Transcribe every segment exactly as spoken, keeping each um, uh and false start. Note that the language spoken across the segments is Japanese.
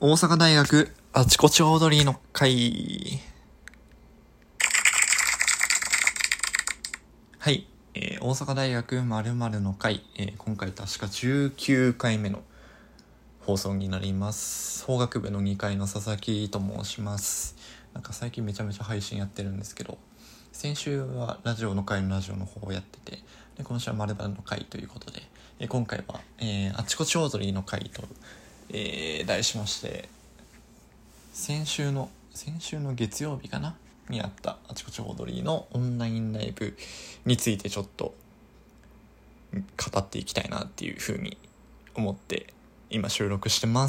大阪大学あちこちオードリーの会。はい、えー、大阪大学〇〇の会、えー、今回確かじゅうきゅうかいめの放送になります。法学部のにかいの佐々木と申します。なんか最近めちゃめちゃ配信やってるんですけど、先週はラジオの会のラジオの方をやってて、で今週は〇〇の会ということで、えー、今回は、えー、あちこちオードリーの会と、えー、題しまして、先週の先週の月曜日かなにあったあちこちオードリーのオンラインライブについてちょっと語っていきたいなっていうふうに思って今収録してます。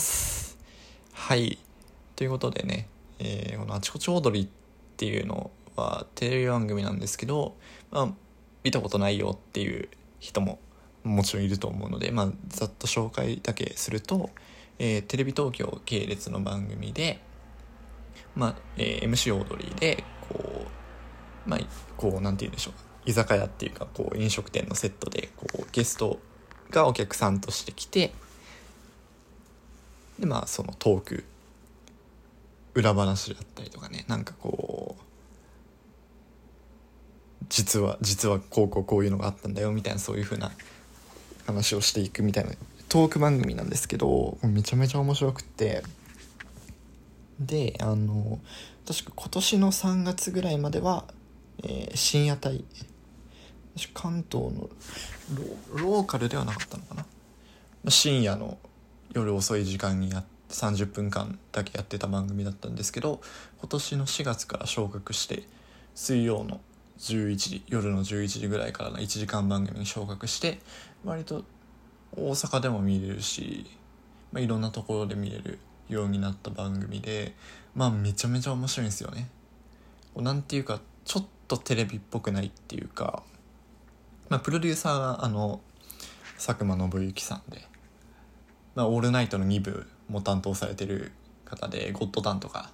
はい、ということでね、えー、このあちこちオードリーっていうのはテレビ番組なんですけど、まあ、見たことないよっていう人ももちろんいると思うので、まあ、ざっと紹介だけすると、えー、テレビ東京系列の番組で、まあえー、エムシー オードリーでこう、まあ、こうなんて言うんでしょう、居酒屋っていうかこう飲食店のセットでこうゲストがお客さんとして来て、でまあそのトーク裏話だったりとかね、なんかこう実は実はこうこうこういうのがあったんだよみたいな、そういう風な話をしていくみたいなトーク番組なんですけど、めちゃめちゃ面白くって、であの確か今年のさんがつぐらいまでは、えー、深夜帯、関東の ロ, ローカルではなかったのかな、深夜の夜遅い時間にやってさんじゅっぷんかんだけやってた番組だったんですけど、今年のしがつから昇格して水曜のじゅういちじ夜のじゅういちじぐらいからのいちじかん番組に昇格して、割と大阪でも見れるし、まあ、いろんなところで見れるようになった番組で、まあめちゃめちゃ面白いんですよね。なんていうかちょっとテレビっぽくないっていうか、まあ、プロデューサーがあの佐久間信行さんで、まあ、オールナイトのに部も担当されてる方で、ゴッドタンとか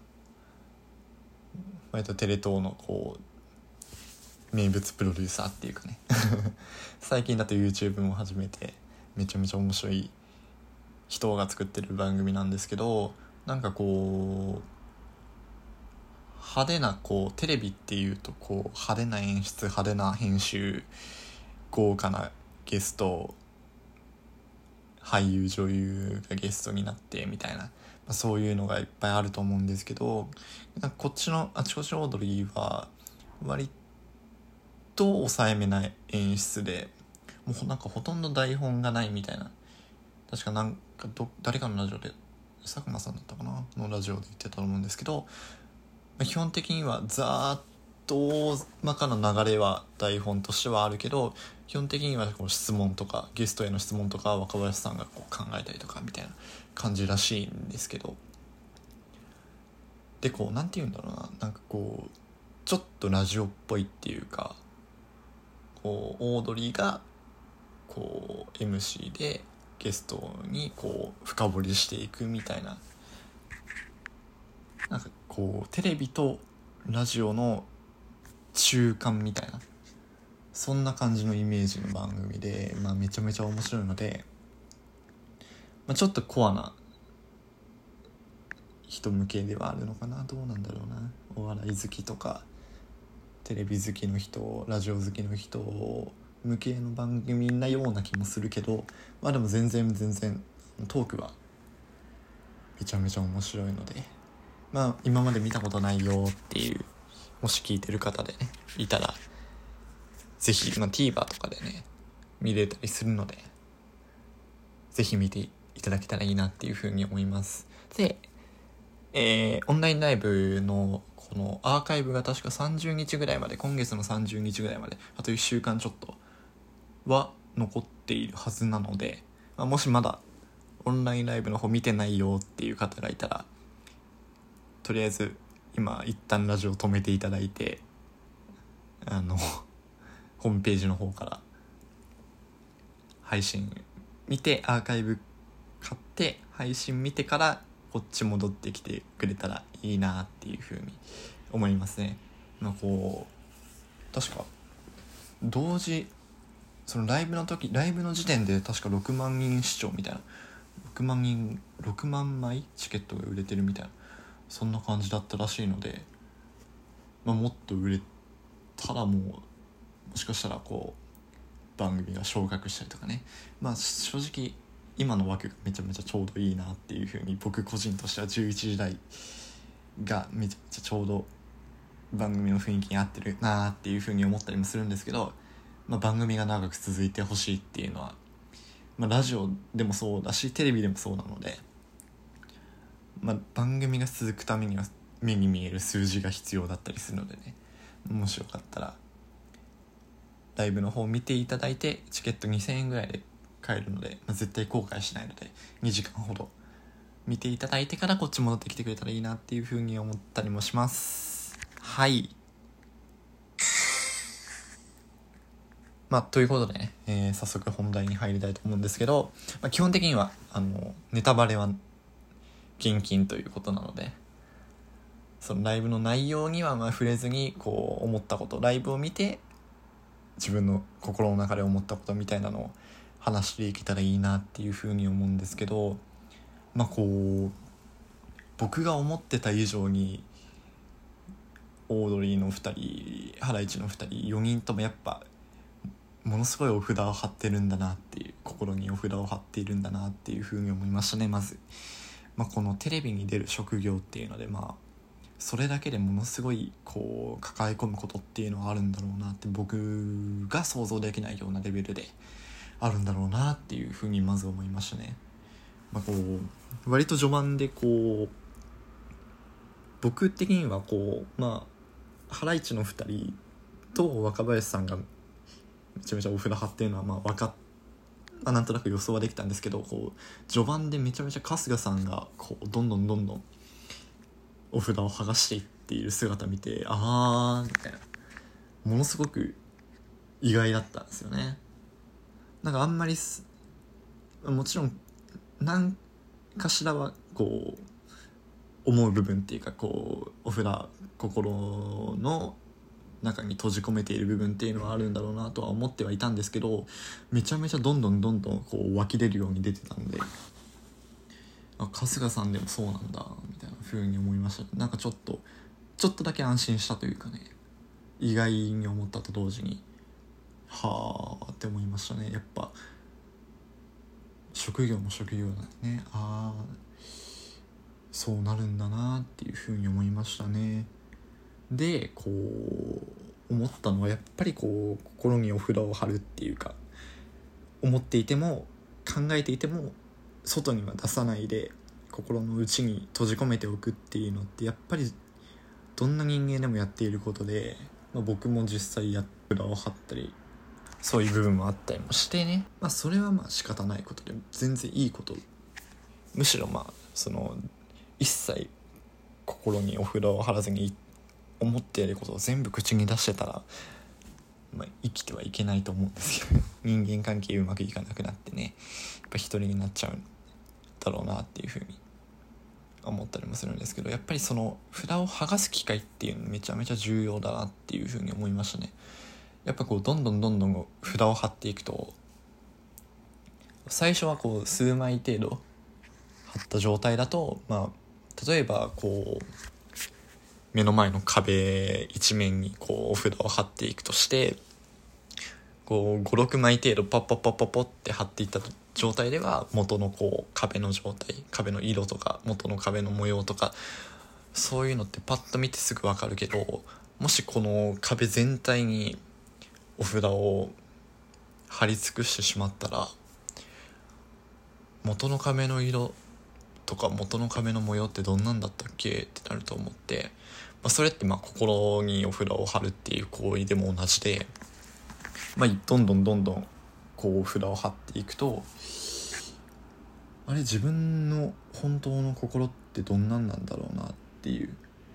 割とテレ東のこう名物プロデューサーっていうかね最近だと YouTube も始めてめちゃめちゃ面白い人が作ってる番組なんですけど、なんかこう派手なこうテレビっていうとこう派手な演出、派手な編集、豪華なゲスト、俳優女優がゲストになってみたいな、まあ、そういうのがいっぱいあると思うんですけど、なんかこっちのあちこちオードリーは割と抑えめな演出で、もうなんかほとんど台本がないみたいな、確かなんかど誰かのラジオで佐久間さんだったかなのラジオで言ってたと思うんですけど、基本的にはざーっと大まかな流れは台本としてはあるけど、基本的にはこう質問とかゲストへの質問とか若林さんがこう考えたりとかみたいな感じらしいんですけど、でこうなんて言うんだろうな、なんかこうちょっとラジオっぽいっていうか、こうオードリーがこう エムシー でゲストにこう深掘りしていくみたいな、なんかこうテレビとラジオの中間みたいな、そんな感じのイメージの番組で、まあ、めちゃめちゃ面白いので、まあ、ちょっとコアな人向けではあるのかな、どうなんだろうな、お笑い好きとかテレビ好きの人、ラジオ好きの人向けの番組なような気もするけど、まあでも全然全然トークはめちゃめちゃ面白いので、まあ今まで見たことないよっていう、もし聞いてる方でねいたらぜひ、まあ、TVer とかでね見れたりするので、ぜひ見ていただけたらいいなっていうふうに思います。で、えー、オンラインライブのこのアーカイブが確かさんじゅうにちぐらいまで、今月のさんじゅうにちぐらいまで、あといっしゅうかんちょっとは残っているはずなので、まあ、もしまだオンラインライブの方見てないよっていう方がいたら、とりあえず今一旦ラジオ止めていただいて、あのホームページの方から配信見てアーカイブ買って配信見てからこっち戻ってきてくれたらいいなっていう風に思いますね。まあこう確か同時そのライブの時ライブの時点で確かろくまんにん視聴みたいなろくまんにんろくまんまいチケットが売れてるみたいな、そんな感じだったらしいので、まあ、もっと売れたらもうもしかしたらこう番組が昇格したりとかね、まあ正直今の枠がめちゃめちゃちょうどいいなっていう風に僕個人としてはじゅういちじ台がめちゃめちゃちょうど番組の雰囲気に合ってるなっていう風に思ったりもするんですけど、まあ、番組が長く続いてほしいっていうのは、まあ、ラジオでもそうだしテレビでもそうなので、まあ、番組が続くためには目に見える数字が必要だったりするのでね、もしよかったらライブの方を見ていただいて、チケットにせんえんぐらいで買えるので、まあ、絶対後悔しないのでにじかんほど見ていただいてからこっち戻ってきてくれたらいいなっていう風に思ったりもします。はい、まあということでね、えー、早速本題に入りたいと思うんですけど、まあ、基本的にはあのネタバレは厳禁ということなので、そのライブの内容にはまあ触れずに、こう思ったこと、ライブを見て自分の心の中で思ったことみたいなのを話していけたらいいなっていうふうに思うんですけど、まあこう僕が思ってた以上にオードリーのふたり、ハライチのふたり、よにんともやっぱものすごいお札を貼ってるんだなっていう、心にお札を貼っているんだなっていうふうに思いましたね。まず、まあ、このテレビに出る職業っていうので、まあそれだけでものすごいこう抱え込むことっていうのはあるんだろうなって、僕が想像できないようなレベルであるんだろうなっていうふうにまず思いましたね。まあ、こう割と序盤でこう僕的にはこうまあハライチのふたりと若林さんがめちゃめちゃお札貼ってるのはまあ分かっ、まあ、なんとなく予想はできたんですけど、こう序盤でめちゃめちゃ春日さんがこうどんどんどんどんお札を剥がしていっている姿見て、あーみたいな、ものすごく意外だったんですよね。なんかあんまりすもちろん何かしらはこう思う部分っていうか、こうお札心の中に閉じ込めている部分っていうのはあるんだろうなとは思ってはいたんですけど、めちゃめちゃどんどんどんどんこう湧き出るように出てたので、あ、春日さんでもそうなんだみたいな風に思いました。なんかちょっとちょっとだけ安心したというかね、意外に思ったと同時にはあって思いましたね。やっぱ職業も職業なんでね、ああそうなるんだなっていう風に思いましたね。でこう思ったのはやっぱりこう心にお札を貼るっていうか、思っていても考えていても外には出さないで心の内に閉じ込めておくっていうのってやっぱりどんな人間でもやっていることで、まあ、僕も実際や札を貼ったりそういう部分もあったりもしてね、まあそれはまあ仕方ないことで全然いいこと、むしろまあその一切心にお札を貼らずに思っていることを全部口に出してたら、まあ、生きてはいけないと思うんですけど人間関係うまくいかなくなってね、やっぱ一人になっちゃうんだろうなっていうふうに思ったりもするんですけど、やっぱりその札を剥がす機会っていうのめちゃめちゃ重要だなっていうふうに思いましたね。やっぱこうどんどんどんどん札を貼っていくと、最初はこう数枚程度貼った状態だと、まあ例えばこう目の前の壁一面にこうお札を貼っていくとして、こうごろくまい程度パッパッパッパッパッって貼っていった状態では元のこう壁の状態、壁の色とか元の壁の模様とかそういうのってパッと見てすぐ分かるけど、もしこの壁全体にお札を貼り尽くしてしまったら、元の壁の色とか元の壁の模様ってどんなんだったっけってなると思って、まあ、それってまあ心にお札を貼るっていう行為でも同じで、まあ、どんどんどんどんこうお札を貼っていくと、あれ自分の本当の心ってどんなんなんだろうなっていう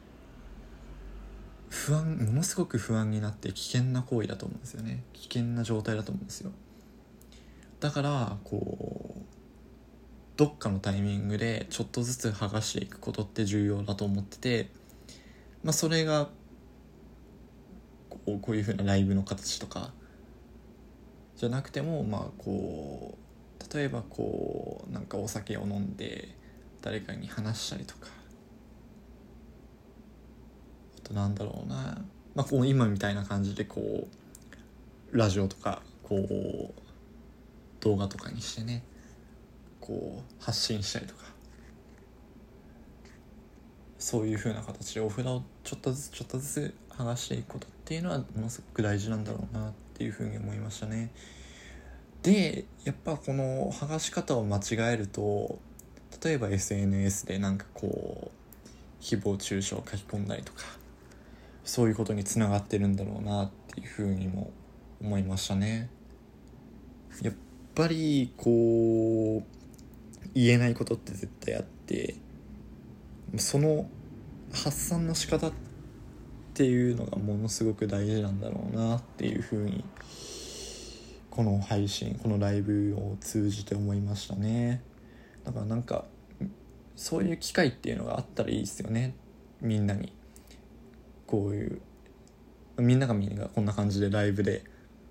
不安、ものすごく不安になって危険な行為だと思うんですよね。危険な状態だと思うんですよ。だからこうどっかのタイミングでちょっとずつ剥がしていくことって重要だと思ってて、まあそれがこう、こういう風なライブの形とかじゃなくても、まあこう例えばこうなんかお酒を飲んで誰かに話したりとか、あとなんだろうな、まあ、こう今みたいな感じでこうラジオとかこう動画とかにしてねこう発信したりとか、そういう風な形でお札をちょっとずつちょっとずつ剥がしていくことっていうのはものすごく大事なんだろうなっていう風に思いましたね。でやっぱこの剥がし方を間違えると、例えば エスエヌエス でなんかこう誹謗中傷を書き込んだりとか、そういうことにつながってるんだろうなっていうふうにも思いましたね。やっぱりこう言えないことって絶対あって、その発散の仕方っていうのがものすごく大事なんだろうなっていうふうにこの配信このライブを通じて思いましたね。だからなんかそういう機会っていうのがあったらいいですよね。みんなにこういうみんながみんながこんな感じでライブで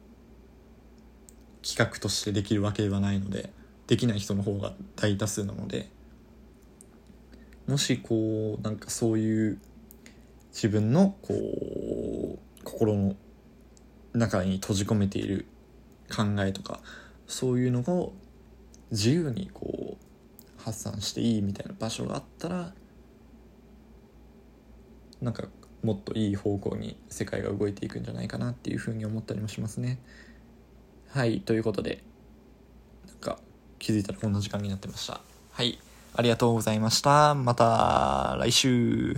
企画としてできるわけではないので、できない人の方が大多数なので、もしこうなんかそういう自分のこう心の中に閉じ込めている考えとか、そういうのを自由にこう発散していいみたいな場所があったら、なんかもっといい方向に世界が動いていくんじゃないかなっていうふうに思ったりもしますね。はい、ということでなんか気づいたらこんな時間になってました。はい、ありがとうございました。また来週。